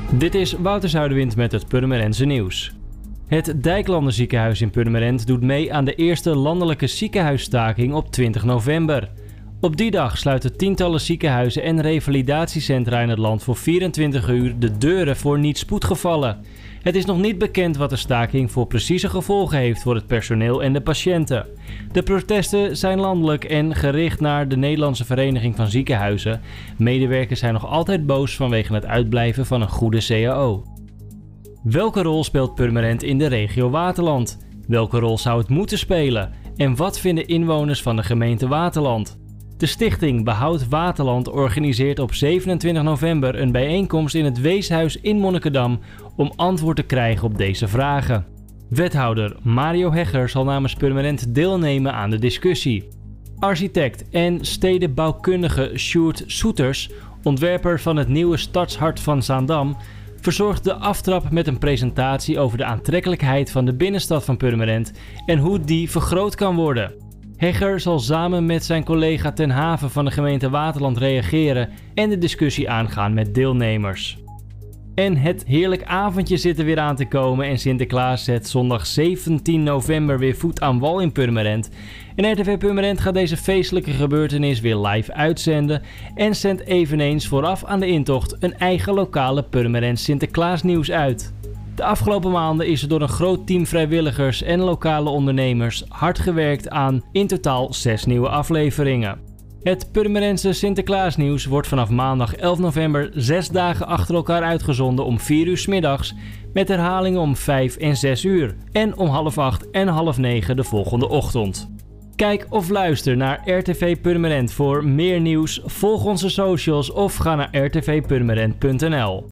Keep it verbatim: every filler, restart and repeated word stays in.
Dit is Wouter Zuiderwind met het Purmerendse nieuws. Het Dijklander ziekenhuis in Purmerend doet mee aan de eerste landelijke ziekenhuisstaking op twintig november. Op die dag sluiten tientallen ziekenhuizen en revalidatiecentra in het land voor vierentwintig uur de deuren voor niet-spoedgevallen. Het is nog niet bekend wat de staking voor precieze gevolgen heeft voor het personeel en de patiënten. De protesten zijn landelijk en gericht naar de Nederlandse Vereniging van Ziekenhuizen. Medewerkers zijn nog altijd boos vanwege het uitblijven van een goede C A O. Welke rol speelt Purmerend in de regio Waterland? Welke rol zou het moeten spelen? En wat vinden inwoners van de gemeente Waterland? De stichting Behoud Waterland organiseert op zevenentwintig november een bijeenkomst in het Weeshuis in Monnikendam om antwoord te krijgen op deze vragen. Wethouder Mario Hegger zal namens Purmerend deelnemen aan de discussie. Architect en stedenbouwkundige Sjoerd Soeters, ontwerper van het nieuwe stadshart van Zaandam, verzorgt de aftrap met een presentatie over de aantrekkelijkheid van de binnenstad van Purmerend en hoe die vergroot kan worden. Hegger zal samen met zijn collega Ten Haven van de gemeente Waterland reageren en de discussie aangaan met deelnemers. En het heerlijk avondje zit er weer aan te komen en Sinterklaas zet zondag zeventien november weer voet aan wal in Purmerend. En R T V Purmerend gaat deze feestelijke gebeurtenis weer live uitzenden en zendt eveneens vooraf aan de intocht een eigen lokale Purmerend Sinterklaas nieuws uit. De afgelopen maanden is er door een groot team vrijwilligers en lokale ondernemers hard gewerkt aan in totaal zes nieuwe afleveringen. Het Purmerendse Sinterklaasnieuws wordt vanaf maandag elf november zes dagen achter elkaar uitgezonden om vier uur 's middags met herhalingen om vijf en zes uur en om half acht en half negen de volgende ochtend. Kijk of luister naar R T V Purmerend voor meer nieuws, volg onze socials of ga naar r t v purmerend punt n l.